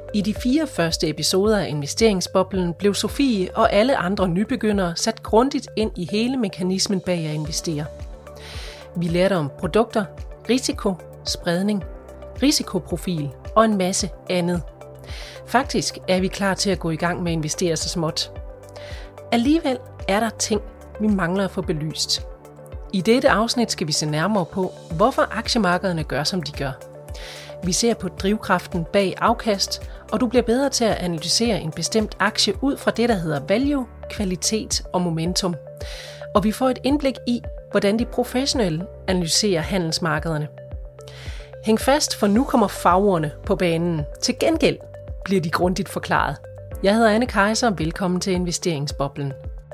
I de 4 første episoder af Investeringsboblen blev Sofie og alle andre nybegyndere sat grundigt ind i hele mekanismen bag at investere. Vi lærte om produkter, risiko, spredning, risikoprofil og en masse andet. Faktisk er vi klar til at gå i gang med at investere så småt. Alligevel er der ting, vi mangler at få belyst. I dette afsnit skal vi se nærmere på, hvorfor aktiemarkederne gør, som de gør. Vi ser på drivkraften bag afkast, og du bliver bedre til at analysere en bestemt aktie ud fra det, der hedder value, kvalitet og momentum. Og vi får et indblik i, hvordan de professionelle analyserer handelsmarkederne. Hæng fast, for nu kommer farverne på banen. Til gengæld bliver de grundigt forklaret. Jeg hedder Anne Kejser, og velkommen til Investeringsboblen.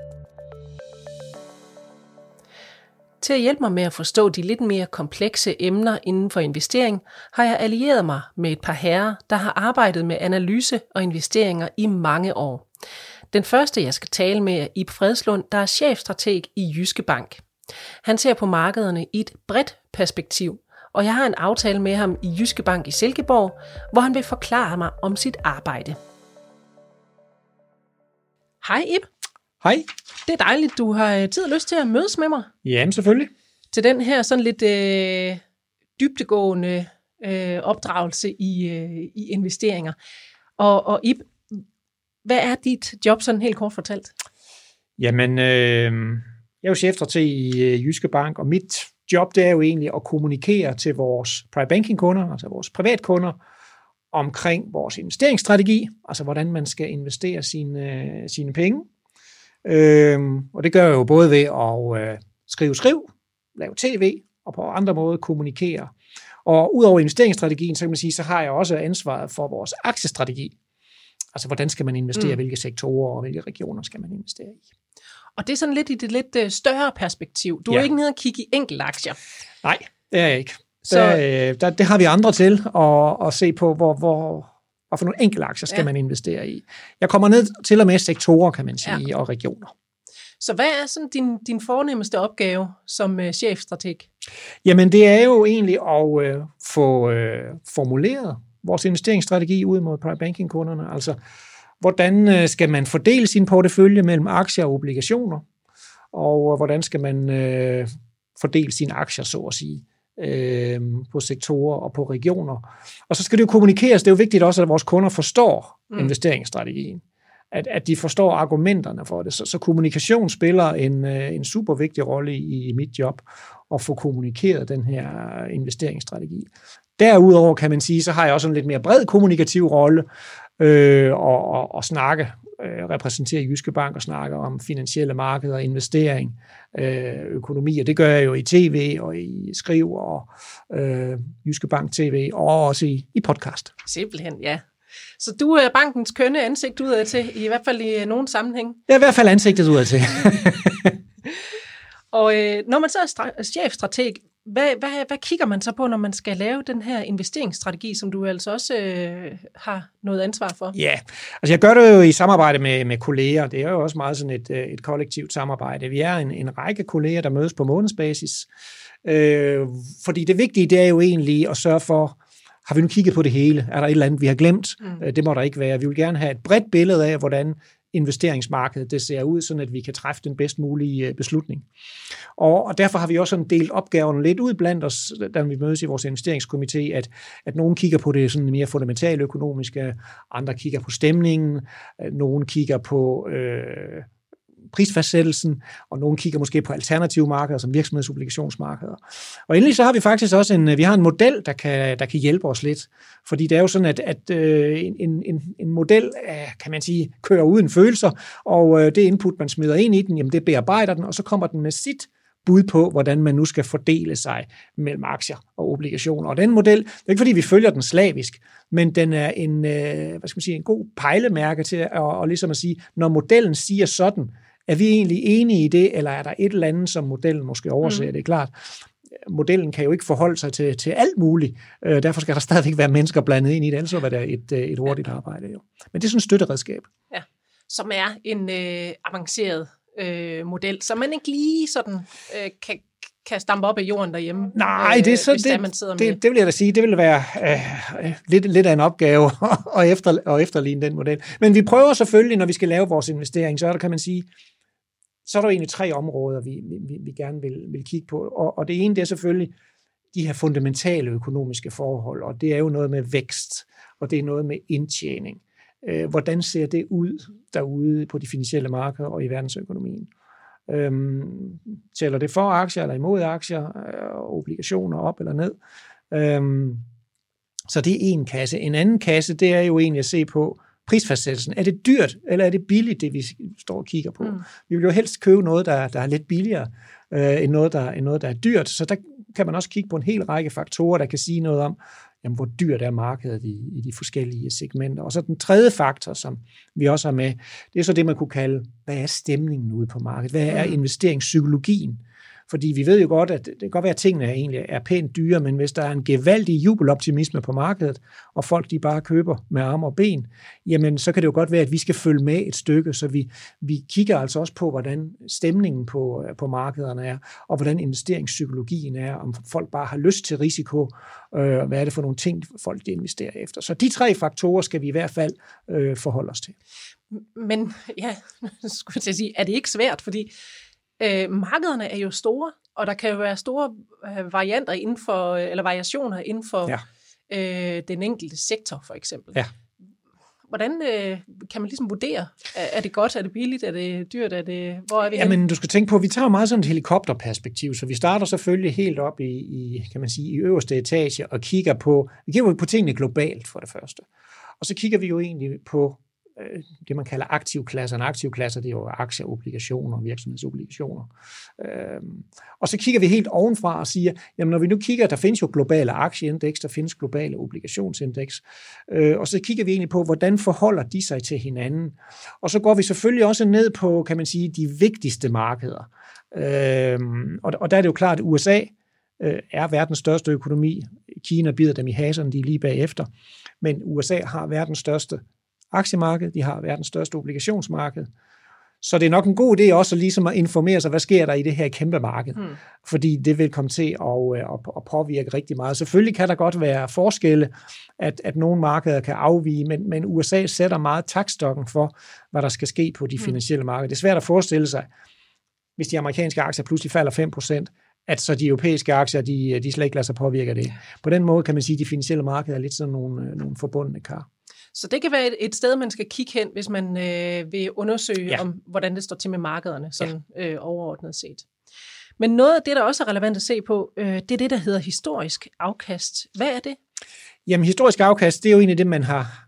Til at hjælpe mig med at forstå de lidt mere komplekse emner inden for investering, har jeg allieret mig med et par herrer, der har arbejdet med analyse og investeringer i mange år. Den første, jeg skal tale med, er Ib Fredslund, der er chefstrateg i Jyske Bank. Han ser på markederne i et bredt perspektiv, og jeg har en aftale med ham i Jyske Bank i Silkeborg, hvor han vil forklare mig om sit arbejde. Hej Ib. Hej. Det er dejligt, du har tid og lyst til at mødes med mig. Jamen selvfølgelig. Til den her sådan lidt dybdegående opdragelse i investeringer. Og Ib, hvad er dit job sådan helt kort fortalt? Jamen, jeg er jo chefstrateg i Jyske Bank, og mit job det er jo egentlig at kommunikere til vores private banking kunder, altså vores privatkunder, omkring vores investeringsstrategi, altså hvordan man skal investere sine penge. Og det gør jeg jo både ved at skrive, lave tv og på andre måder kommunikere. Og udover investeringsstrategien, så kan man sige, så har jeg også ansvaret for vores aktiestrategi. Altså hvordan skal man investere, hvilke sektorer og hvilke regioner skal man investere i. Og det er sådan lidt i det lidt større perspektiv. Du er ikke nede og kigge i enkeltaktier. Nej, det er jeg ikke. Det har vi andre til at se på, hvor for nogle enkelte aktier skal man investere i. Jeg kommer ned til og med sektorer, kan man sige, og regioner. Så hvad er sådan din fornemmeste opgave som chefstrateg? Jamen, det er jo egentlig at få formuleret vores investeringsstrategi ud mod private banking kunderne. Altså, hvordan skal man fordele sin portefølje mellem aktier og obligationer? Og hvordan skal man fordele sine aktier, så at sige, på sektorer og på regioner. Og så skal det jo kommunikeres. Det er jo vigtigt også, at vores kunder forstår investeringsstrategien. At de forstår argumenterne for det. Så kommunikation spiller en super vigtig rolle i mit job at få kommunikeret den her investeringsstrategi. Derudover kan man sige, så har jeg også en lidt mere bred kommunikativ rolle og snakke, repræsentere Jyske Bank og snakke om finansielle markeder, investering, økonomi, og det gør jeg jo i tv og i skriv og Jyske Bank TV og også i podcast. Simpelthen, ja. Så du er bankens kønne ansigt udad til, i hvert fald i nogen sammenhæng? Ja, i hvert fald ansigtet udad til. Og når man så er chefstrateg, hvad kigger man så på, når man skal lave den her investeringsstrategi, som du altså også har noget ansvar for? Ja, altså jeg gør det jo i samarbejde med kolleger. Det er jo også meget sådan et kollektivt samarbejde. Vi er en række kolleger, der mødes på månedsbasis. Fordi det vigtige, det er jo egentlig at sørge for, har vi nu kigget på det hele? Er der et eller andet, vi har glemt? Det må der ikke være. Vi vil gerne have et bredt billede af, hvordan investeringsmarkedet det ser ud, sådan at vi kan træffe den bedst mulige beslutning. Og derfor har vi også sådan delt opgaverne lidt ud blandt os, da vi mødes i vores investeringskomité, at nogen kigger på det sådan mere fundamentale økonomiske, andre kigger på stemningen, nogen kigger på prisfastsættelsen, og nogen kigger måske på alternative markeder, som virksomhedsobligationsmarkeder. Og endelig så har vi faktisk også en model, der kan hjælpe os lidt. Fordi det er jo sådan, at en model, kan man sige, kører uden følelser, og det input, man smider ind i den, jamen det bearbejder den, og så kommer den med sit bud på, hvordan man nu skal fordele sig mellem aktier og obligationer. Og den model, det er ikke fordi, vi følger den slavisk, men den er en god pejlemærke til at ligesom at sige, når modellen siger sådan, er vi egentlig enige i det, eller er der et eller andet, som modellen måske overser? Det er klart. Modellen kan jo ikke forholde sig til alt muligt. Derfor skal der stadigvæk være mennesker blandet ind i det, ellers var det et hurtigt arbejde. Jo. Men det er sådan et støtteredskab. Ja, som er en avanceret model, så man ikke lige sådan kan stampe op af jorden derhjemme. Nej, det er så, det vil jeg da sige, det vil være lidt af en opgave at efterligne den model. Men vi prøver selvfølgelig, når vi skal lave vores investering, så er der, kan man sige, så er der jo egentlig 3 områder, vi gerne vil kigge på. Og det ene, det er selvfølgelig de her fundamentale økonomiske forhold, og det er jo noget med vækst, og det er noget med indtjening. Hvordan ser det ud derude på de finansielle markeder og i verdensøkonomien? Tæller det for aktier eller imod aktier, obligationer op eller ned? Så det er en kasse. En anden kasse, det er jo egentlig at se på prisfastsættelsen. Er det dyrt, eller er det billigt, det vi står og kigger på? Vi vil jo helst købe noget, der er lidt billigere, end noget, der er dyrt. Så der kan man også kigge på en hel række faktorer, der kan sige noget om, jamen, hvor dyrt er markedet i de forskellige segmenter. Og så den tredje faktor, som vi også har med, det er så det, man kunne kalde, hvad er stemningen ude på markedet? Hvad er investeringspsykologien? Fordi vi ved jo godt, at det kan godt være, at tingene egentlig er pænt dyre, men hvis der er en gevaldig jubeloptimisme på markedet, og folk de bare køber med arme og ben, jamen så kan det jo godt være, at vi skal følge med et stykke, så vi kigger altså også på, hvordan stemningen på markederne er, og hvordan investeringspsykologien er, om folk bare har lyst til risiko, hvad er det for nogle ting, folk de investerer efter. Så de 3 faktorer skal vi i hvert fald forholde os til. Men ja, skulle jeg sige, er det ikke svært, fordi markederne er jo store, og der kan jo være store varianter inden for, eller variationer inden for den enkelte sektor, for eksempel. Ja. Hvordan kan man ligesom vurdere? Er det godt, er det billigt, er det dyrt, hvor er vi henne? Jamen, du skal tænke på, at vi tager meget sådan et helikopterperspektiv, så vi starter selvfølgelig helt op i kan man sige, i øverste etage og kigger på tingene globalt for det første. Og så kigger vi jo egentlig på det, man kalder aktivklasser. En aktivklasse, det er jo aktier, obligationer, virksomhedsobligationer. Og så kigger vi helt ovenfra og siger, jamen når vi nu kigger, der findes jo globale aktieindeks, der findes globale obligationsindeks, og så kigger vi egentlig på, hvordan forholder de sig til hinanden. Og så går vi selvfølgelig også ned på, kan man sige, de vigtigste markeder. Og der er det jo klart, at USA er verdens største økonomi. Kina bider dem i haserne, de er lige bagefter. Men USA har verdens største aktiemarked, de har verdens største obligationsmarked. Så det er nok en god idé også ligesom at informere sig, hvad sker der i det her kæmpe marked. Fordi det vil komme til at påvirke rigtig meget. Selvfølgelig kan der godt være forskelle, at nogle markeder kan afvige, men USA sætter meget taktstokken for, hvad der skal ske på de finansielle markeder. Det er svært at forestille sig, hvis de amerikanske aktier pludselig falder 5%, at så de europæiske aktier, de slet ikke lader sig påvirke af det. På den måde kan man sige, at de finansielle markeder er lidt sådan nogle forbundne kar. Så det kan være et sted, man skal kigge hen, hvis man vil undersøge, om hvordan det står til med markederne, sådan overordnet set. Men noget af det, der også er relevant at se på, det er det, der hedder historisk afkast. Hvad er det? Jamen, historisk afkast, det er jo egentlig det, man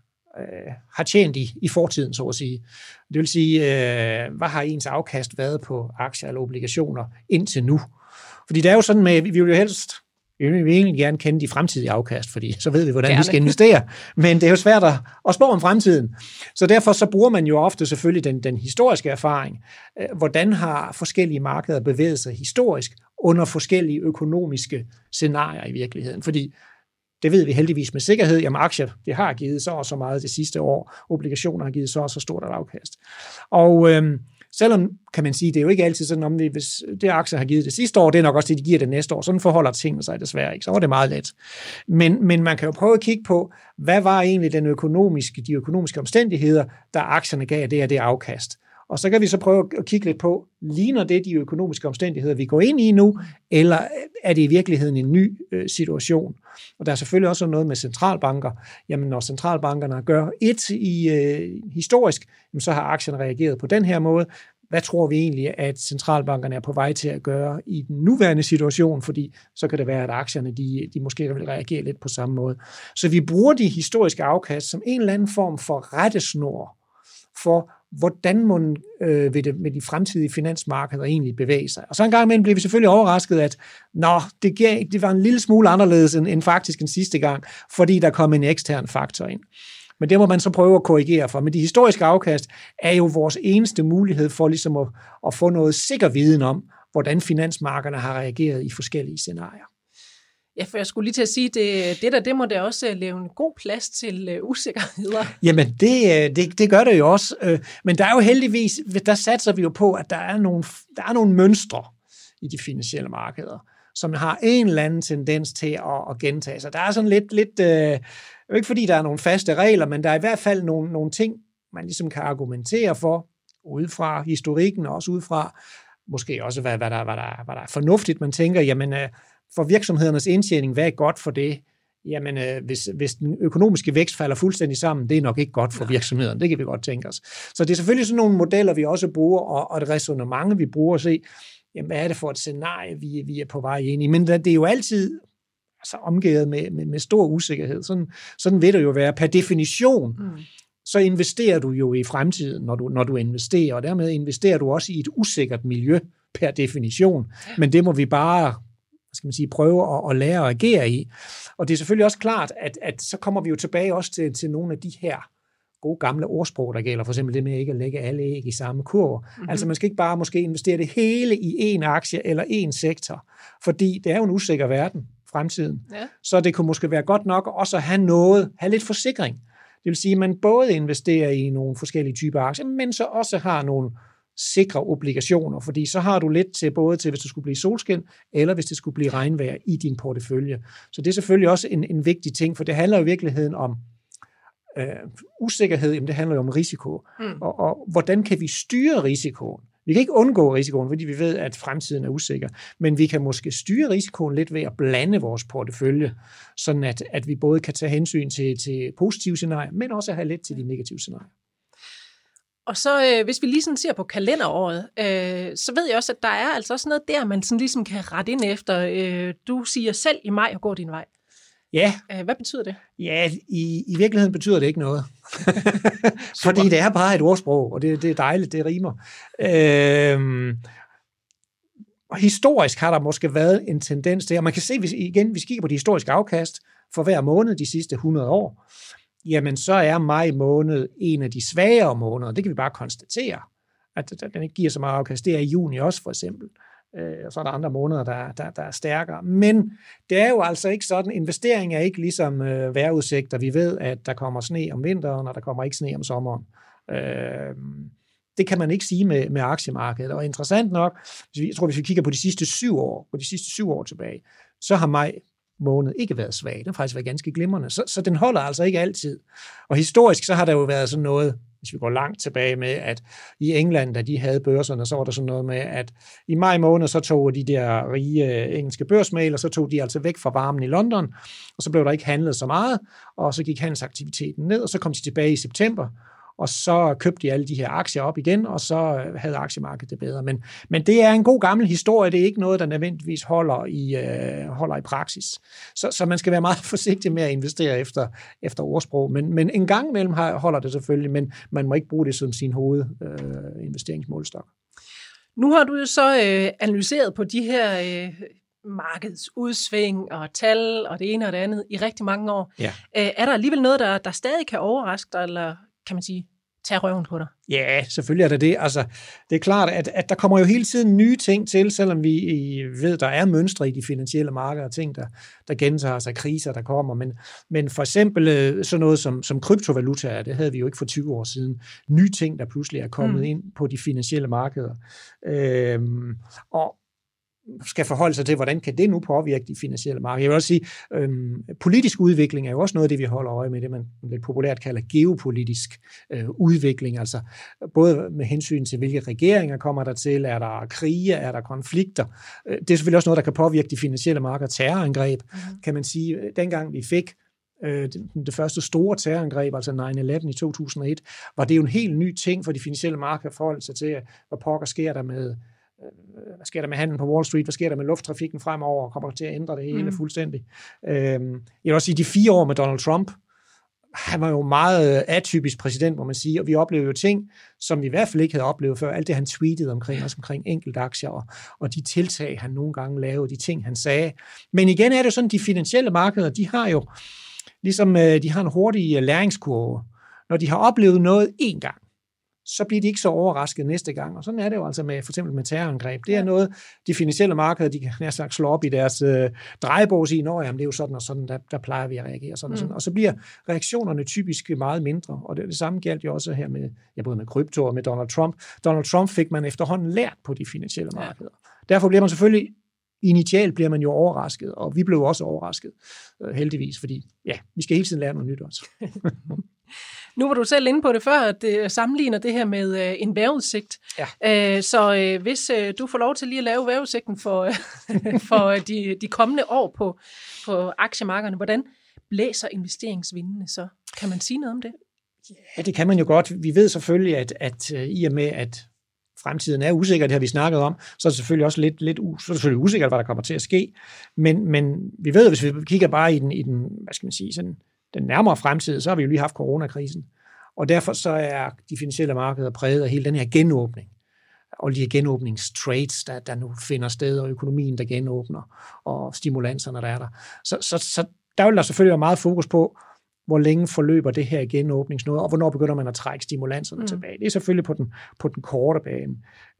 har tjent i fortiden, så at sige. Det vil sige, hvad har ens afkast været på aktier eller obligationer indtil nu? Fordi det er jo sådan med, vi vil jo helst... Vi vil egentlig gerne kende de fremtidige afkast, fordi så ved vi, hvordan vi skal investere. Men det er jo svært at spå om fremtiden. Så derfor så bruger man jo ofte selvfølgelig den historiske erfaring. Hvordan har forskellige markeder bevæget sig historisk under forskellige økonomiske scenarier i virkeligheden? Fordi det ved vi heldigvis med sikkerhed. Jamen aktier, det har givet så og så meget det sidste år. Obligationer har givet så og så stort et afkast. Og selvom, kan man sige, det er jo ikke altid sådan, hvis det aktier har givet det sidste år, det er nok også det, de giver det næste år. Sådan forholder tingene sig desværre ikke. Så var det meget let. Men man kan jo prøve at kigge på, hvad var egentlig de økonomiske omstændigheder, der aktierne gav det afkast. Og så kan vi så prøve at kigge lidt på, ligner det de økonomiske omstændigheder, vi går ind i nu, eller er det i virkeligheden en ny situation? Og der er selvfølgelig også noget med centralbanker. Jamen, når centralbankerne gør historisk, så har aktierne reageret på den her måde. Hvad tror vi egentlig, at centralbankerne er på vej til at gøre i den nuværende situation? Fordi så kan det være, at aktierne de måske vil reagere lidt på samme måde. Så vi bruger de historiske afkast som en eller anden form for rettesnor for, hvordan vil det med de fremtidige finansmarkeder egentlig bevæge sig. Og så en gang imellem bliver vi selvfølgelig overrasket, at det var en lille smule anderledes end faktisk en sidste gang, fordi der kom en ekstern faktor ind. Men det må man så prøve at korrigere for. Men de historiske afkast er jo vores eneste mulighed for ligesom at få noget sikker viden om, hvordan finansmarkederne har reageret i forskellige scenarier. Ja, for jeg skulle lige til at sige, det må da også lave en god plads til usikkerheder. Jamen, det gør det jo også. Men der er jo heldigvis, der satser vi jo på, at der er nogle mønstre i de finansielle markeder, som har en eller anden tendens til at gentage sig. Der er sådan lidt ikke fordi der er nogle faste regler, men der er i hvert fald nogle ting, man ligesom kan argumentere for, ud fra historikken, og også ud fra måske også, hvad der er fornuftigt. Man tænker, jamen for virksomhedernes indtjening, hvad er godt for det? Jamen, hvis den økonomiske vækst falder fuldstændig sammen, det er nok ikke godt for virksomheden. Det kan vi godt tænke os. Så det er selvfølgelig sådan nogle modeller, vi også bruger, og et ræsonnement, vi bruger at se, jamen, hvad er det for et scenarie, vi er på vej ind i. Men det er jo altid altså, omgivet med stor usikkerhed. Sådan vil det jo være. Per definition, så investerer du jo i fremtiden, når du investerer, og dermed investerer du også i et usikkert miljø per definition. Men det må vi bare prøve at lære at agere i. Og det er selvfølgelig også klart, at så kommer vi jo tilbage også til nogle af de her gode gamle ordsprog, der gælder, for eksempel det med ikke at lægge alle æg i samme kurv. Mm-hmm. Altså man skal ikke bare måske investere det hele i én aktie eller én sektor, fordi det er jo en usikker verden, fremtiden. Ja. Så det kunne måske være godt nok også at have lidt forsikring. Det vil sige, at man både investerer i nogle forskellige typer aktier, men så også har nogle sikre obligationer, fordi så har du lidt til både til, hvis det skulle blive solskin, eller hvis det skulle blive regnvejr i din portefølje. Så det er selvfølgelig også en vigtig ting, for det handler jo i virkeligheden om usikkerhed, jamen det handler jo om risiko. Og hvordan kan vi styre risikoen? Vi kan ikke undgå risikoen, fordi vi ved, at fremtiden er usikker, men vi kan måske styre risikoen lidt ved at blande vores portefølje, sådan at vi både kan tage hensyn til positive scenarier, men også have lidt til de negative scenarier. Og så hvis vi lige sådan ser på kalenderåret, så ved jeg også, at der er altså også noget der, man sådan ligesom kan rette ind efter. Du siger selv i maj og går din vej. Ja. Hvad betyder det? Ja, i virkeligheden betyder det ikke noget. Fordi det er bare et ordsprog, og det er dejligt, det rimer. Og historisk har der måske været en tendens til, og man kan se, hvis vi kigger på de historiske afkast for hver måned de sidste 100 år, jamen så er maj måned en af de svagere måneder. Det kan vi bare konstatere, at den ikke giver så meget afkast. Det er juni også, for eksempel. Og så er der andre måneder, der er stærkere. Men det er jo altså ikke sådan. Investering er ikke ligesom vejrudsigter. Vi ved, at der kommer sne om vinteren, og der kommer ikke sne om sommeren. Det kan man ikke sige med aktiemarkedet. Og interessant nok, jeg tror, hvis vi kigger på de sidste 7 år tilbage, så har maj måned ikke været svag. Den har faktisk været ganske glimrende. Så den holder altså ikke altid. Og historisk så har der jo været sådan noget, hvis vi går langt tilbage med, at i England, da de havde børserne, så var der sådan noget med, at i maj måned, så tog de der rige engelske børsmæglere, så tog de altså væk fra varmen i London, og så blev der ikke handlet så meget, og så gik handelsaktiviteten ned, og så kom de tilbage i september, og så købte de alle de her aktier op igen, og så havde aktiemarkedet det bedre. Men det er en god gammel historie, det er ikke noget, der nødvendigvis holder i praksis. Så man skal være meget forsigtig med at investere efter ordsprog, men en gang imellem holder det selvfølgelig, men man må ikke bruge det som sin hovedinvesteringsmålstok. Nu har du jo så analyseret på de her markedsudsving og tal og det ene og det andet i rigtig mange år. Ja. Er der alligevel noget, der stadig kan overraske dig, eller kan man sige, tage røven på dig? Ja, selvfølgelig er det. Altså, det er klart, at der kommer jo hele tiden nye ting til, selvom vi ved, der er mønstre i de finansielle markeder, ting, der gentager sig, kriser, der kommer. Men for eksempel sådan noget som kryptovaluta, det havde vi jo ikke for 20 år siden. Nye ting, der pludselig er kommet ind på de finansielle markeder. Og skal forholde sig til, hvordan kan det nu påvirke de finansielle markeder. Jeg vil også sige, politisk udvikling er jo også noget af det, vi holder øje med, det man lidt populært kalder geopolitisk udvikling, altså både med hensyn til, hvilke regeringer kommer der til, er der krige, er der konflikter. Det er selvfølgelig også noget, der kan påvirke de finansielle markeder. Terrorangreb, kan man sige, dengang vi fik det første store terrorangreb, altså 9/11 i 2001, var det jo en helt ny ting for de finansielle markeder at forholde sig til, hvad pokker sker der med hvad sker der med handlen på Wall Street, hvad sker der med lufttrafikken fremover, kommer til at ændre det hele fuldstændig. Jeg vil også sige, de 4 år med Donald Trump, han var jo meget atypisk præsident, må man sige, og vi oplevede jo ting, som vi i hvert fald ikke havde oplevet før. Alt det, han tweetede omkring, også omkring enkeltaktier, og de tiltag, han nogle gange lavede, de ting, han sagde. Men igen er det jo sådan, de finansielle markeder, de har jo, ligesom de har en hurtig læringskurve. Når de har oplevet noget én gang, så bliver de ikke så overrasket næste gang. Og sådan er det jo altså for eksempel med terrorangreb. Det er noget, de finansielle markeder, de kan nærmest slå op i deres drejebog og sige, det er jo sådan og sådan, der plejer vi at reagere sådan og sådan. Og så bliver reaktionerne typisk meget mindre. Og det samme galt jo også her med, både med krypto og med Donald Trump. Donald Trump fik man efterhånden lært på de finansielle markeder. Derfor bliver man selvfølgelig, initialt bliver man jo overrasket, og vi blev også overrasket, heldigvis, fordi vi skal hele tiden lære noget nyt også. Nu var du selv inde på det før, at det sammenligner det her med en vejrudsigt. Ja. Så hvis du får lov til lige at lave vejrudsigten for de kommende år på aktiemarkederne, hvordan blæser investeringsvindene så? Kan man sige noget om det? Ja, det kan man jo godt. Vi ved selvfølgelig, at i og med, at fremtiden er usikker, det har vi snakket om, så er det selvfølgelig også lidt så er det selvfølgelig usikkert, hvad der kommer til at ske. Men vi ved, at hvis vi kigger bare i den hvad skal man sige, sådan den nærmere fremtid, så har vi jo lige haft coronakrisen. Og derfor så er de finansielle markeder præget af hele den her genåbning. Og de her genåbningstrades, der nu finder sted, og økonomien, der genåbner, og stimulanserne, der er der. Så der vil der selvfølgelig være meget fokus på, hvor længe forløber det her genåbningsnode, og hvornår begynder man at trække stimulanserne tilbage. Det er selvfølgelig på den korte bane.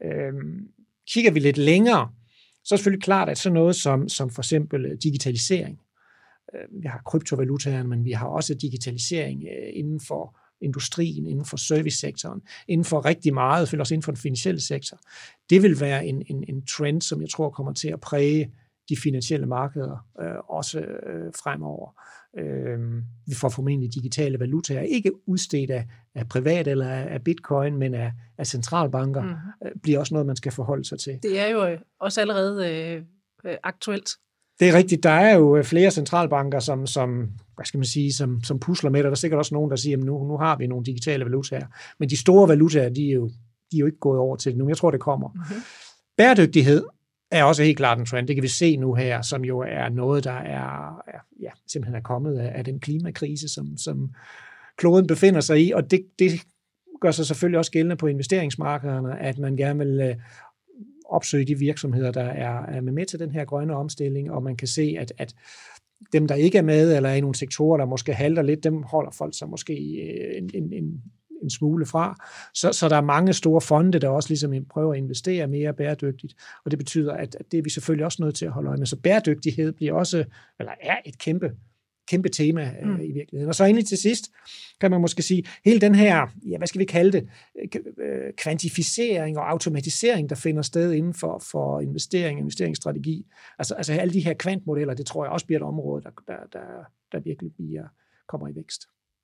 Kigger vi lidt længere, så er det selvfølgelig klart, at sådan noget som for eksempel digitalisering. Vi har kryptovalutaerne, men vi har også digitalisering inden for industrien, inden for servicesektoren, inden for rigtig meget, selvfølgelig også inden for den finansielle sektor. Det vil være en trend, som jeg tror kommer til at præge de finansielle markeder også fremover. Vi får formentlig digitale valutaer, ikke udstedt af privat eller af bitcoin, men af centralbanker, bliver også noget, man skal forholde sig til. Det er jo også allerede aktuelt. Det er rigtigt. Der er jo flere centralbanker, som hvad skal man sige, som pusler med det. Der er sikkert også nogen, der siger, at nu har vi nogle digitale valutaer. Men de store valutaer, de er jo ikke gået over til det nu. Jeg tror, det kommer. Mm-hmm. Bæredygtighed er også helt klart en trend. Det kan vi se nu her, som jo er noget, der simpelthen er kommet af den klimakrise, som kloden befinder sig i. Og det gør sig selvfølgelig også gældende på investeringsmarkederne, at man gerne vil opsøge de virksomheder, der er med til den her grønne omstilling, og man kan se, at dem, der ikke er med, eller er i nogle sektorer, der måske halter lidt, dem holder folk sig måske en smule fra. Så der er mange store fonde, der også ligesom prøver at investere mere bæredygtigt, og det betyder, at det er vi selvfølgelig også nødt til at holde øje med. Så bæredygtighed bliver også, eller er et kæmpe tema i virkeligheden. Og så endelig til sidst kan man måske sige, hele den her, hvad skal vi kalde det, kvantificering og automatisering, der finder sted inden for investeringsstrategi. Altså alle de her kvantmodeller, det tror jeg også bliver et område, der virkelig kommer i vækst.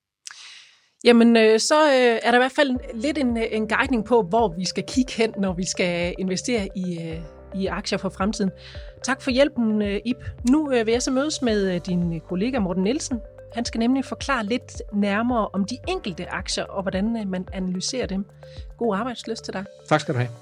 Jamen, så er der i hvert fald lidt en guidning på, hvor vi skal kigge hen, når vi skal investere i aktier for fremtiden. Tak for hjælpen, Ib. Nu vil jeg så mødes med din kollega Morten Nielsen. Han skal nemlig forklare lidt nærmere om de enkelte aktier, og hvordan man analyserer dem. God arbejdslyst til dig. Tak skal du have.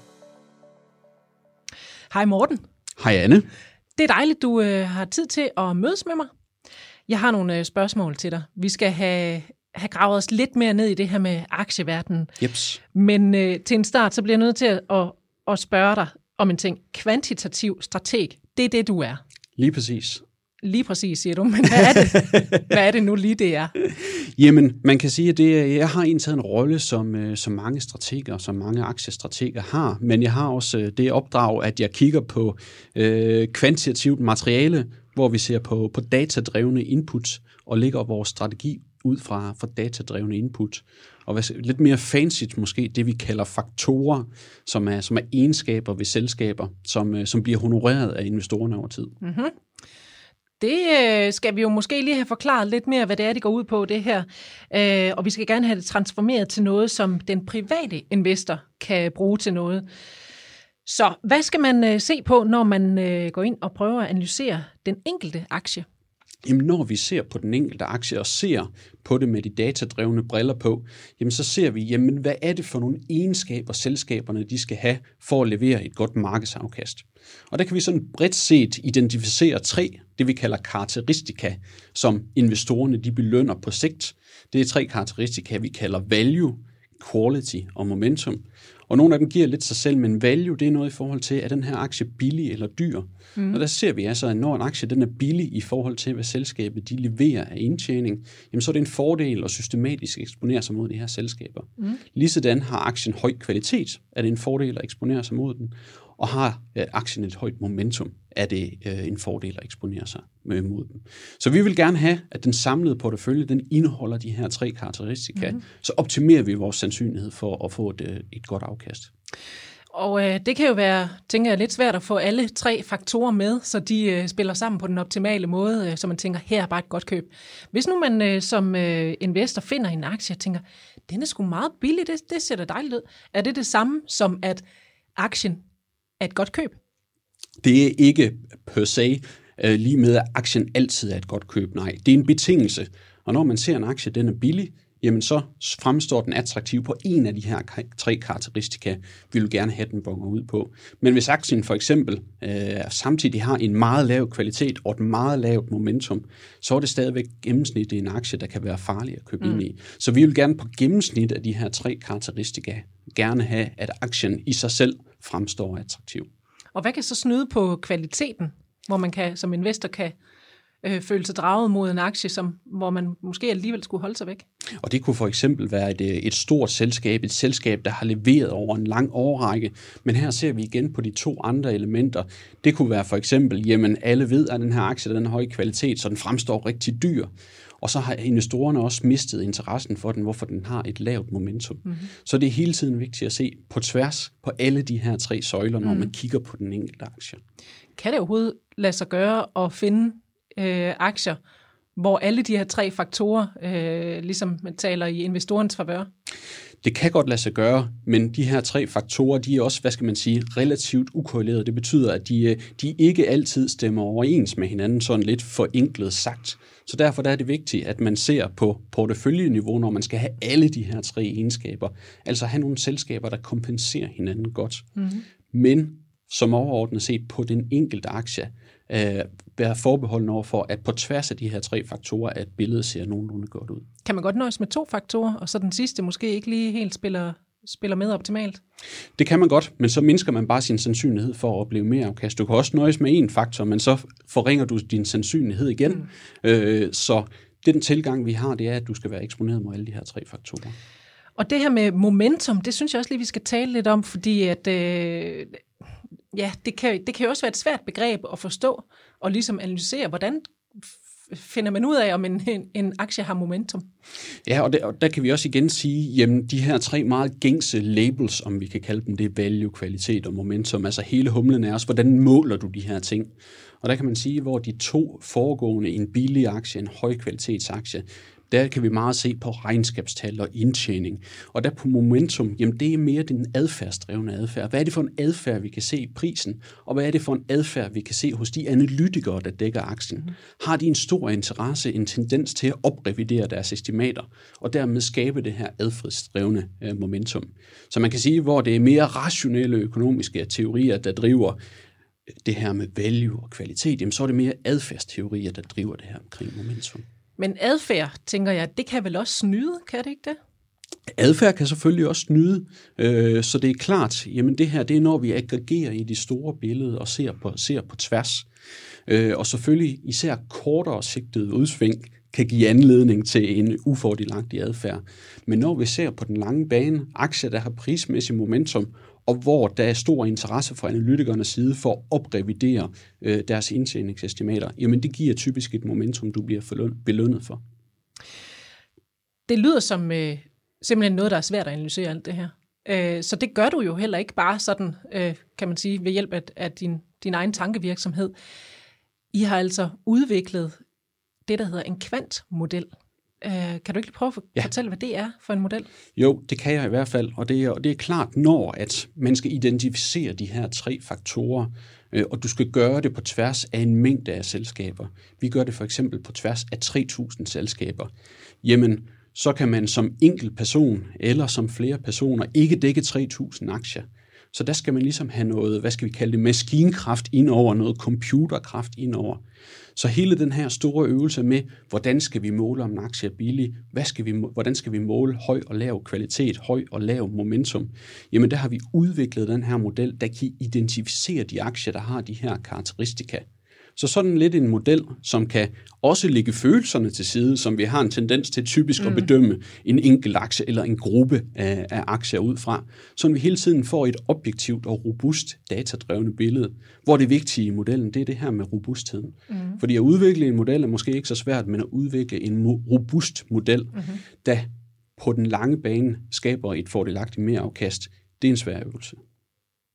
Hej Morten. Hej Anne. Det er dejligt, du har tid til at mødes med mig. Jeg har nogle spørgsmål til dig. Vi skal have gravet os lidt mere ned i det her med aktieverdenen. Jeps. Men til en start, så bliver jeg nødt til at spørge dig om en ting. Kvantitativ strateg, det er det, du er. Lige præcis. Lige præcis, siger du. Men hvad er det? Hvad er det nu lige, det er? Jamen, man kan sige, at jeg har indtaget en rolle, som mange strateger, som mange aktiestrateger har, men jeg har også det opdrag, at jeg kigger på kvantitativt materiale, hvor vi ser på datadrevne input og lægger vores strategi ud fra datadrevne input. Og lidt mere fancy måske, det vi kalder faktorer, som er egenskaber ved selskaber, som bliver honoreret af investorerne over tid. Mm-hmm. Det skal vi jo måske lige have forklaret lidt mere, hvad det er, det går ud på, det her. Og vi skal gerne have det transformeret til noget, som den private investor kan bruge til noget. Så hvad skal man se på, når man går ind og prøver at analysere den enkelte aktie? Jamen, når vi ser på den enkelte aktie og ser på det med de datadrevne briller på, jamen så ser vi, jamen hvad er det for nogle egenskaber, selskaberne de skal have for at levere et godt markedsafkast. Og der kan vi sådan bredt set identificere 3, det vi kalder karakteristika, som investorerne de belønner på sigt. Det er 3 karakteristika, vi kalder value, quality og momentum. Og nogle af dem giver lidt sig selv, men value, det er noget i forhold til, er den her aktie billig eller dyr? Og der ser vi altså, at når en aktie den er billig i forhold til, hvad selskabet de leverer af indtjening, jamen så er det en fordel at systematisk eksponere sig mod de her selskaber. Ligesådan har aktien høj kvalitet, er det en fordel at eksponere sig mod den. Og har aktien et højt momentum, er det en fordel at eksponere sig mod den. Så vi vil gerne have, at den samlede portefølje, den indeholder de her 3 karakteristika, så optimerer vi vores sandsynlighed for at få et godt afkast. Og det kan jo være, tænker jeg, lidt svært at få alle 3 faktorer med, så de spiller sammen på den optimale måde, så man tænker, her er bare et godt køb. Hvis nu man som investor finder en aktie og tænker, den er sgu meget billig, det ser da dejligt ud. Er det samme som, at aktien er et godt køb? Det er ikke per se lige med, at aktien altid er et godt køb. Nej, det er en betingelse. Og når man ser en aktie, den er billig, jamen så fremstår den attraktiv på en af de her 3 karakteristika, vi vil gerne have den bonger ud på. Men hvis aktien for eksempel samtidig har en meget lav kvalitet og et meget lavt momentum, så er det stadigvæk gennemsnit i en aktie, der kan være farlig at købe ind i. Så vi vil gerne på gennemsnit af de her 3 karakteristika gerne have, at aktien i sig selv fremstår attraktiv. Og hvad kan så snyde på kvaliteten, hvor man kan, som investor kan føle sig draget mod en aktie, hvor man måske alligevel skulle holde sig væk? Og det kunne for eksempel være et stort selskab, et selskab, der har leveret over en lang årrække. Men her ser vi igen på de 2 andre elementer. Det kunne være for eksempel, jamen alle ved, at den her aktie den har høj kvalitet, så den fremstår rigtig dyr. Og så har investorerne også mistet interessen for den, hvorfor den har et lavt momentum. Mm-hmm. Så det er hele tiden vigtigt at se på tværs på alle de her 3 søjler, når man kigger på den enkelte aktie. Kan det overhovedet lade sig gøre at finde aktier, hvor alle de her 3 faktorer ligesom man taler i investorens favør? Det kan godt lade sig gøre, men de her 3 faktorer, de er også, hvad skal man sige, relativt ukorrelerede. Det betyder, at de ikke altid stemmer overens med hinanden, sådan lidt forenklet sagt. Så derfor er det vigtigt, at man ser på porteføljeniveau, når man skal have alle de her 3 egenskaber. Altså have nogle selskaber, der kompenserer hinanden godt. Mm-hmm. Men som overordnet set på den enkelte aktie, være forbeholden over for, at på tværs af de her 3 faktorer, at billedet ser nogenlunde godt ud. Kan man godt nøjes med 2 faktorer, og så den sidste måske ikke lige helt spiller med optimalt? Det kan man godt, men så mindsker man bare sin sandsynlighed for at opleve mere afkast. Du kan også nøjes med 1 faktor, men så forringer du din sandsynlighed igen. Så den tilgang, vi har, det er, at du skal være eksponeret mod alle de her 3 faktorer. Og det her med momentum, det synes jeg også lige, vi skal tale lidt om, fordi at det kan jo også være et svært begreb at forstå og ligesom analysere, hvordan finder man ud af, om en aktie har momentum? Ja, og der kan vi også igen sige, jamen de her 3 meget gængse labels, om vi kan kalde dem, det er value, kvalitet og momentum, altså hele humlen er også, hvordan måler du de her ting? Og der kan man sige, hvor de 2 foregående, en billig aktie, en højkvalitetsaktie, der kan vi meget se på regnskabstal og indtjening. Og der på momentum, jamen det er mere den adfærdsdrevne adfærd. Hvad er det for en adfærd, vi kan se i prisen? Og hvad er det for en adfærd, vi kan se hos de analytikere, der dækker aktien? Har de en stor interesse, en tendens til at oprevidere deres estimater, og dermed skabe det her adfærdsdrevne momentum? Så man kan sige, hvor det er mere rationelle økonomiske teorier, der driver det her med value og kvalitet, jamen så er det mere adfærdsteorier, der driver det her omkring momentum. Men adfærd, tænker jeg, det kan vel også snyde, kan det ikke det? Adfærd kan selvfølgelig også snyde, så det er klart, jamen det her, det er når vi aggregerer i de store billeder og ser på tværs. Og selvfølgelig især kortere sigtede udsving kan give anledning til en ufordelagtig adfærd. Men når vi ser på den lange bane, aktier, der har prismæssig momentum, og hvor der er stor interesse fra analytikernes side for at oprevidere deres indtjeningsestimater, jamen det giver typisk et momentum, du bliver belønnet for. Det lyder som simpelthen noget, der er svært at analysere alt det her. Så det gør du jo heller ikke bare sådan, kan man sige, ved hjælp af din egen tankevirksomhed. I har altså udviklet det, der hedder en kvantmodel. Kan du ikke prøve at fortælle, hvad det er for en model? Jo, det kan jeg i hvert fald, og det er klart, når at man skal identificere de her 3 faktorer, og du skal gøre det på tværs af en mængde af selskaber. Vi gør det for eksempel på tværs af 3.000 selskaber. Jamen, så kan man som enkelt person eller som flere personer ikke dække 3.000 aktier. Så der skal man ligesom have noget, hvad skal vi kalde det, maskinkraft indover, noget computerkraft indover. Så hele den her store øvelse med, hvordan skal vi måle, om en aktie er billig, hvordan skal vi måle høj og lav kvalitet, høj og lav momentum, jamen der har vi udviklet den her model, der kan identificere de aktier, der har de her karakteristika. Så sådan lidt en model, som kan også lægge følelserne til side, som vi har en tendens til typisk at bedømme en enkelt aktie eller en gruppe af aktier ud fra, så vi hele tiden får et objektivt og robust datadrevne billede, hvor det vigtige i modellen, det er det her med robustheden. Fordi at udvikle en model er måske ikke så svært, men at udvikle en robust model, der på den lange bane skaber et fordelagtigt merafkast, det er en svær øvelse.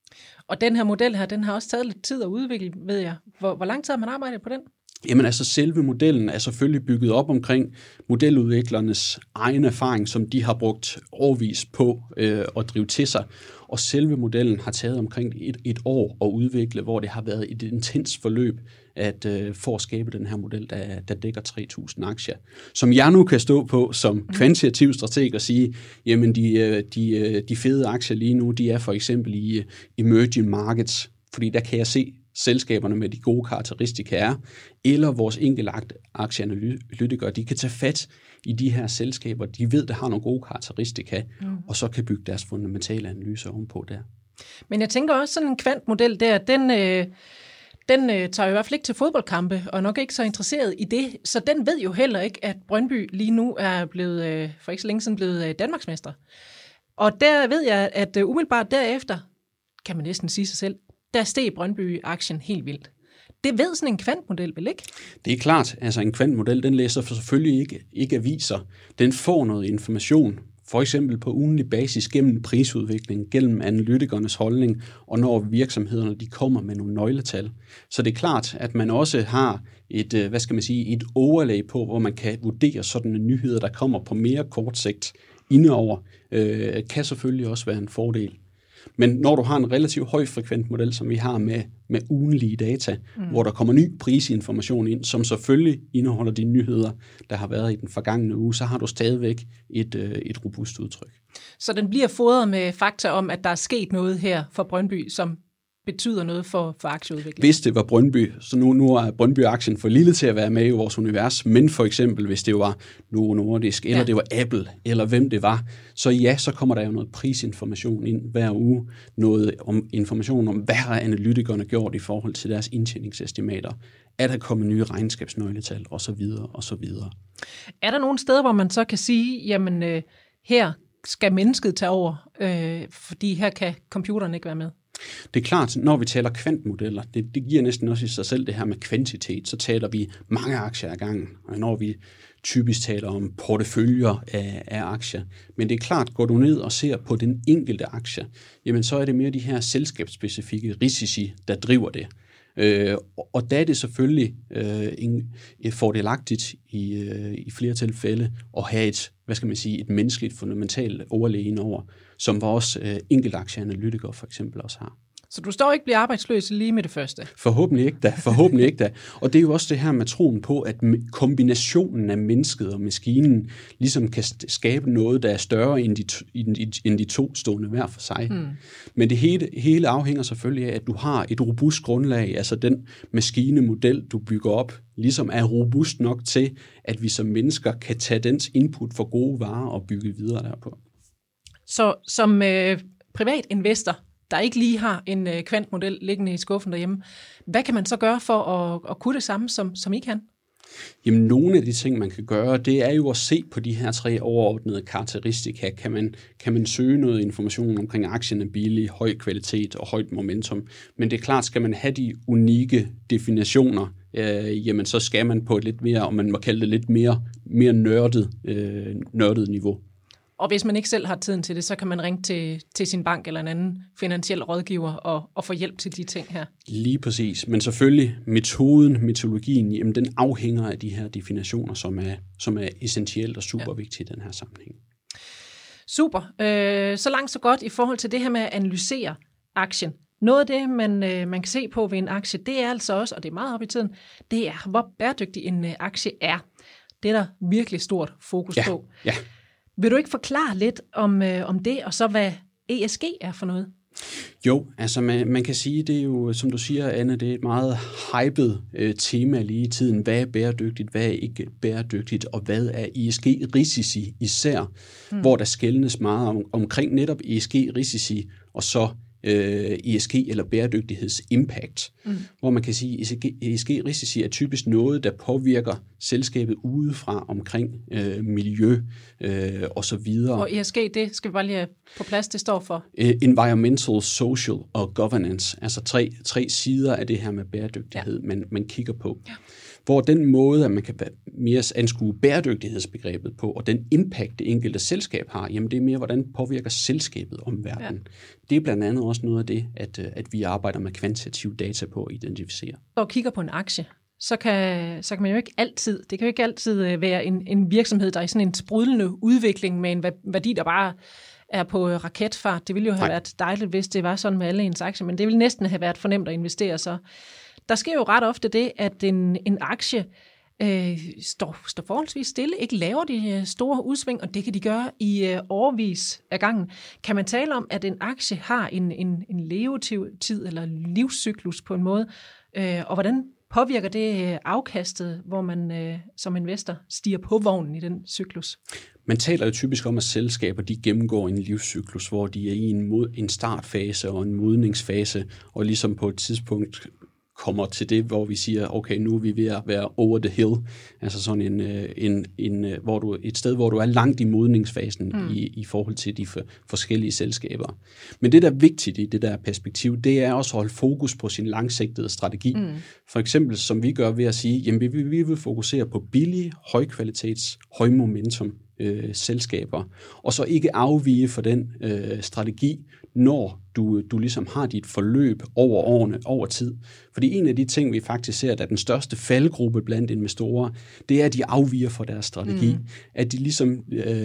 Og den her model her, den har også taget lidt tid at udvikle, ved jeg. Hvor lang tid har man arbejdet på den? Jamen altså, selve modellen er selvfølgelig bygget op omkring modeludviklernes egen erfaring, som de har brugt årvis på at drive til sig. Og selve modellen har taget omkring et år at udvikle, hvor det har været et intens forløb for at skabe den her model, der dækker 3.000 aktier. Som jeg nu kan stå på som kvantitativ strateg og sige, jamen de fede aktier lige nu, de er for eksempel i emerging markets, fordi der kan jeg se selskaberne med de gode karakteristika er, eller vores enkelte aktieanalytikere, de kan tage fat i de her selskaber, de ved, der har nogle gode karakteristika, og så kan bygge deres fundamentale analyser ovenpå der. Men jeg tænker også, sådan en kvantmodel der, den tager jo i hvert fald ikke til fodboldkampe, og nok ikke så interesseret i det, så den ved jo heller ikke, at Brøndby lige nu er blevet, for ikke så længe siden, blevet Danmarksmester. Og der ved jeg, at umiddelbart derefter, kan man næsten sige sig selv, der steg Brøndby-aktien helt vildt. Det ved sådan en kvantmodel vel ikke? Det er klart, altså en kvantmodel, den læser selvfølgelig ikke aviser. Den får noget information, for eksempel på ugentlig basis gennem prisudvikling, gennem analytikernes holdning, og når virksomhederne de kommer med nogle nøgletal. Så det er klart, at man også har et overlag på, hvor man kan vurdere sådanne nyheder, der kommer på mere kort sigt indover, kan selvfølgelig også være en fordel. Men når du har en relativt højfrekvent model, som vi har med ugenlige data, hvor der kommer ny prisinformation ind, som selvfølgelig indeholder de nyheder, der har været i den forgangne uge, så har du stadigvæk et robust udtryk. Så den bliver fodret med fakta om, at der er sket noget her for Brøndby, som betyder noget for aktieudviklingen? Hvis det var Brøndby, så nu er Brøndby-aktien for lille til at være med i vores univers, men for eksempel, hvis det var Novo Nordisk, eller det var Apple, eller hvem det var, så ja, så kommer der jo noget prisinformation ind hver uge, noget information om, hvad har analytikerne gjort i forhold til deres indtjeningsestimater, er der kommet nye regnskabsnøgletal, osv. osv. Er der nogle steder, hvor man så kan sige, jamen her skal mennesket tage over, fordi her kan computeren ikke være med? Det er klart, når vi taler kvantmodeller, det giver næsten også i sig selv det her med kvantitet, så taler vi mange aktier ad gangen, og når vi typisk taler om porteføljer af aktier. Men det er klart, går du ned og ser på den enkelte aktie, jamen så er det mere de her selskabsspecifikke risici, der driver det. Og der er det selvfølgelig fordelagtigt i flere tilfælde at have et menneskeligt fundamentalt overlæg indover, som vores enkeltaktieanalytikere for eksempel også har. Så du står ikke bliver arbejdsløs lige med det første? Forhåbentlig ikke da. Og det er jo også det her med troen på, at kombinationen af mennesket og maskinen ligesom kan skabe noget, der er større end de to stående hver for sig. Men det hele afhænger selvfølgelig af, at du har et robust grundlag, altså den maskinemodel, du bygger op, ligesom er robust nok til, at vi som mennesker kan tage dens input for gode varer og bygge videre derpå. Så som privat investor, der ikke lige har en kvantmodel liggende i skuffen derhjemme, hvad kan man så gøre for at kunne det samme, som I kan? Jamen, nogle af de ting, man kan gøre, det er jo at se på de her 3 overordnede karakteristika. Kan man søge noget information omkring aktien er billig, høj kvalitet og højt momentum. Men det er klart, skal man have de unikke definitioner, jamen så skal man på et lidt mere, og man må kalde det lidt mere nørdet niveau. Og hvis man ikke selv har tiden til det, så kan man ringe til sin bank eller en anden finansiel rådgiver og få hjælp til de ting her. Lige præcis. Men selvfølgelig metodologien, jamen den afhænger af de her definitioner, som er essentielt og super vigtigt i den her sammenhæng. Super. Så langt så godt i forhold til det her med at analysere aktien. Noget af det, man kan se på ved en aktie, det er altså også, og det er meget op i tiden, det er, hvor bæredygtig en aktie er. Det er der virkelig stort fokus på. Ja. Vil du ikke forklare lidt om det, og så hvad ESG er for noget? Jo, altså man kan sige, det er jo, som du siger, Anne, det er et meget hypet tema lige i tiden. Hvad er bæredygtigt, hvad er ikke bæredygtigt, og hvad er ESG-risici især, hvor der skelnes meget omkring netop ESG-risici, og så ESG eller bæredygtighedsimpact, hvor man kan sige, at ESG-risici er typisk noget, der påvirker selskabet udefra omkring miljø og så videre. Og ESG, det skal vi bare lige have på plads, det står for? Environmental, social og governance, altså tre sider af det her med bæredygtighed, man kigger på. Ja. Hvor den måde, at man kan mere anskue bæredygtighedsbegrebet på, og den impact, det enkelte selskab har, jamen det er mere, hvordan påvirker selskabet omverdenen. Ja. Det er blandt andet også også noget af det, at vi arbejder med kvantitativ data på at identificere. Når du kigger på en aktie, så kan man jo ikke altid, det kan jo ikke altid være en virksomhed, der er i sådan en sprudlende udvikling med en værdi, der bare er på raketfart. Det ville jo have været dejligt, hvis det var sådan med alle ens aktier, men det ville næsten have været fornemt at investere så. Der sker jo ret ofte det, at en aktie står forholdsvis stille, ikke laver de store udsving, og det kan de gøre i årevis af gangen. Kan man tale om, at en aktie har en levetid eller livscyklus på en måde, og hvordan påvirker det afkastet, hvor man som investor stiger på vognen i den cyklus? Man taler jo typisk om, at selskaber de gennemgår en livscyklus, hvor de er i en startfase og en modningsfase, og ligesom på et tidspunkt kommer til det, hvor vi siger, okay, nu er vi ved at være over the hill, altså sådan et sted, hvor du er langt i modningsfasen i forhold til de forskellige selskaber. Men det, der er vigtigt i det der perspektiv, det er også at holde fokus på sin langsigtede strategi. For eksempel, som vi gør ved at sige, jamen vi vil fokusere på billige, højkvalitets, højmomentum selskaber, og så ikke afvige fra den strategi, når du ligesom har dit forløb over årene, over tid. Fordi en af de ting, vi faktisk ser, at den største faldgruppe blandt investorer, det er, at de afviger fra deres strategi. At de ligesom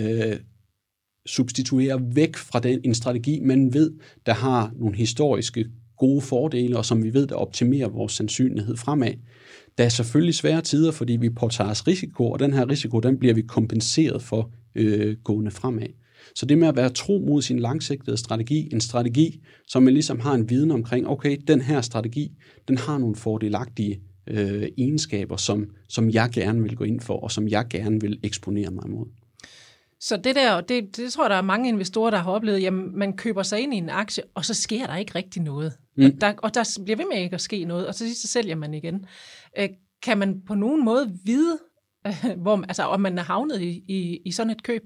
substituerer væk fra en strategi, man ved, der har nogle historiske gode fordele, og som vi ved, der optimerer vores sandsynlighed fremad. Der er selvfølgelig svære tider, fordi vi påtager os risiko, og den her risiko, den bliver vi kompenseret for gående fremad. Så det med at være tro mod sin langsigtede strategi, en strategi, som man ligesom har en viden omkring, okay, den her strategi, den har nogle fordelagtige egenskaber, som jeg gerne vil gå ind for, og som jeg gerne vil eksponere mig mod. Så det tror jeg, der er mange investorer, der har oplevet, jamen man køber sig ind i en aktie, og så sker der ikke rigtig noget. Og der bliver ved med ikke at ske noget, og så sælger man igen. Kan man på nogen måde vide, om man er havnet i sådan et køb?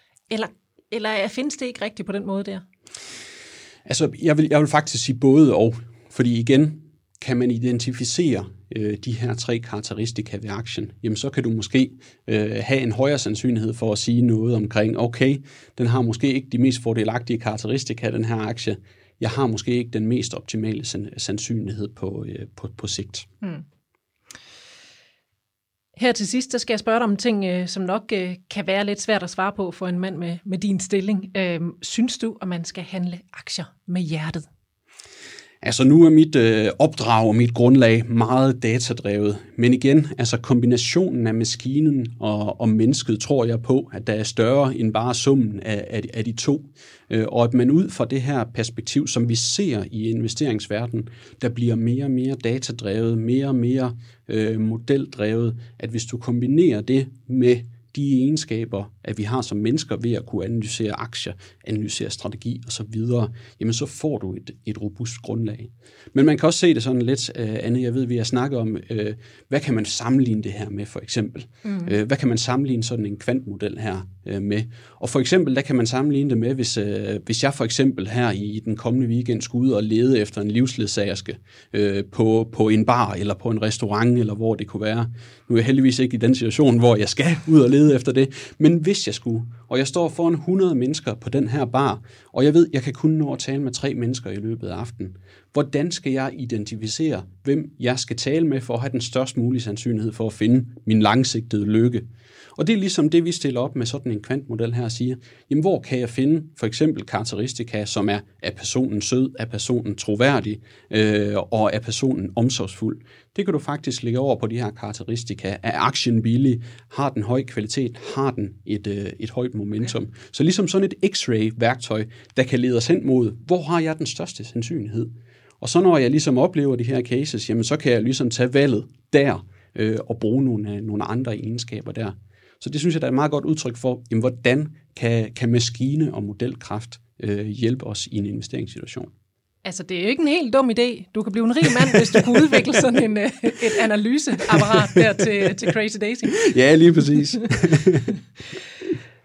Eller findes det ikke rigtigt på den måde der? Altså, jeg vil faktisk sige både og. Fordi igen, kan man identificere de her 3 karakteristika ved aktien, jamen så kan du måske have en højere sandsynlighed for at sige noget omkring, okay, den har måske ikke de mest fordelagtige karakteristika, den her aktie. Jeg har måske ikke den mest optimale sandsynlighed på sigt. Her til sidst, så skal jeg spørge dig om ting, som nok kan være lidt svært at svare på for en mand med din stilling. Synes du, at man skal handle aktier med hjertet? Altså nu er mit opdrag og mit grundlag meget datadrevet, men igen, altså kombinationen af maskinen og mennesket tror jeg på, at der er større end bare summen af de to, og at man ud fra det her perspektiv, som vi ser i investeringsverdenen, der bliver mere og mere datadrevet, mere og mere modeldrevet, at hvis du kombinerer det med de egenskaber, at vi har som mennesker ved at kunne analysere aktier, analysere strategi osv., jamen så får du et robust grundlag. Men man kan også se det sådan lidt, Anne, jeg ved, vi har snakket om, hvad kan man sammenligne det her med for eksempel? Hvad kan man sammenligne sådan en kvantmodel her med? Og for eksempel, der kan man sammenligne det med, hvis jeg for eksempel her i den kommende weekend skulle ud og lede efter en livsledsagerske på en bar eller på en restaurant, eller hvor det kunne være. Nu er jeg heldigvis ikke i den situation, hvor jeg skal ud og lede efter det, men hvis jeg skulle, og jeg står foran 100 mennesker på den her bar, og jeg ved, jeg kan kun nå at tale med 3 mennesker i løbet af aftenen. Hvordan skal jeg identificere, hvem jeg skal tale med, for at have den størst mulige sandsynlighed for at finde min langsigtede lykke? Og det er ligesom det, vi stiller op med sådan en kvantmodel her og siger, jamen hvor kan jeg finde for eksempel karakteristika, som er personen sød, er personen troværdig, og er personen omsorgsfuld? Det kan du faktisk lægge over på de her karakteristika. Er aktien billig? Har den høj kvalitet? Har den et højt momentum? Så ligesom sådan et x-ray-værktøj, der kan lede os hen mod, hvor har jeg den største sandsynlighed? Og så når jeg ligesom oplever de her cases, jamen så kan jeg ligesom tage valget der og bruge nogle andre egenskaber der. Så det synes jeg, der er et meget godt udtryk for, jamen, hvordan kan maskine og modelkraft hjælpe os i en investeringssituation. Altså, det er jo ikke en helt dum idé. Du kan blive en rig mand, hvis du kunne udvikle sådan et analyseapparat der til Crazy Daisy. Ja, lige præcis.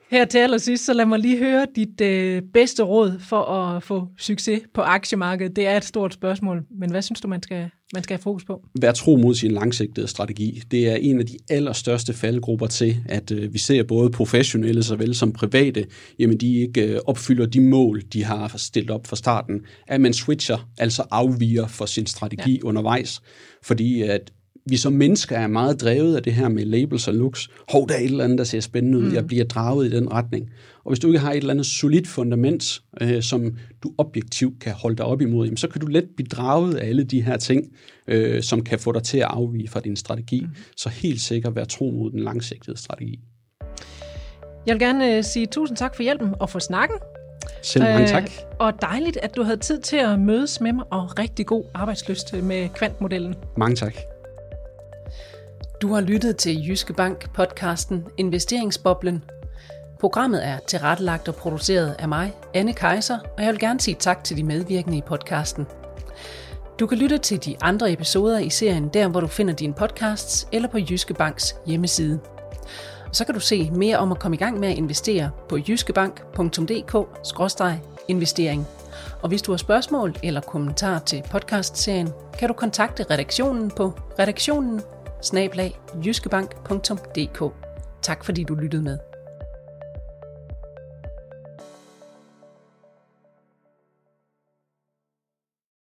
Her til allersidst, så lad mig lige høre dit bedste råd for at få succes på aktiemarkedet. Det er et stort spørgsmål, men hvad synes du, man skal have fokus på? Vær tro mod sin langsigtede strategi. Det er en af de allerstørste faldgrupper til, at vi ser både professionelle såvel som private, jamen de ikke opfylder de mål, de har stillet op fra starten. At man switcher, altså afviger for sin strategi undervejs, fordi at vi som mennesker er meget drevet af det her med labels og looks. Der er et eller andet, der ser spændende ud. Jeg bliver draget i den retning. Og hvis du ikke har et eller andet solidt fundament, som du objektivt kan holde dig op imod, jamen, så kan du let blive draget af alle de her ting, som kan få dig til at afvige fra din strategi. Så helt sikkert vær tro mod den langsigtede strategi. Jeg vil gerne sige tusind tak for hjælpen og for snakken. Selv mange tak. Og dejligt, at du havde tid til at mødes med mig, og rigtig god arbejdslyst med kvantmodellen. Mange tak. Du har lyttet til Jyske Bank podcasten Investeringsboblen. Programmet er tilrettelagt og produceret af mig, Anne Kejser, og jeg vil gerne sige tak til de medvirkende i podcasten. Du kan lytte til de andre episoder i serien der, hvor du finder dine podcasts, eller på Jyske Banks hjemmeside. Og så kan du se mere om at komme i gang med at investere på jyskebank.dk/investering. Og hvis du har spørgsmål eller kommentarer til podcastserien, kan du kontakte redaktionen på redaktionen@jyskebank.dk. Tak fordi du lyttede med.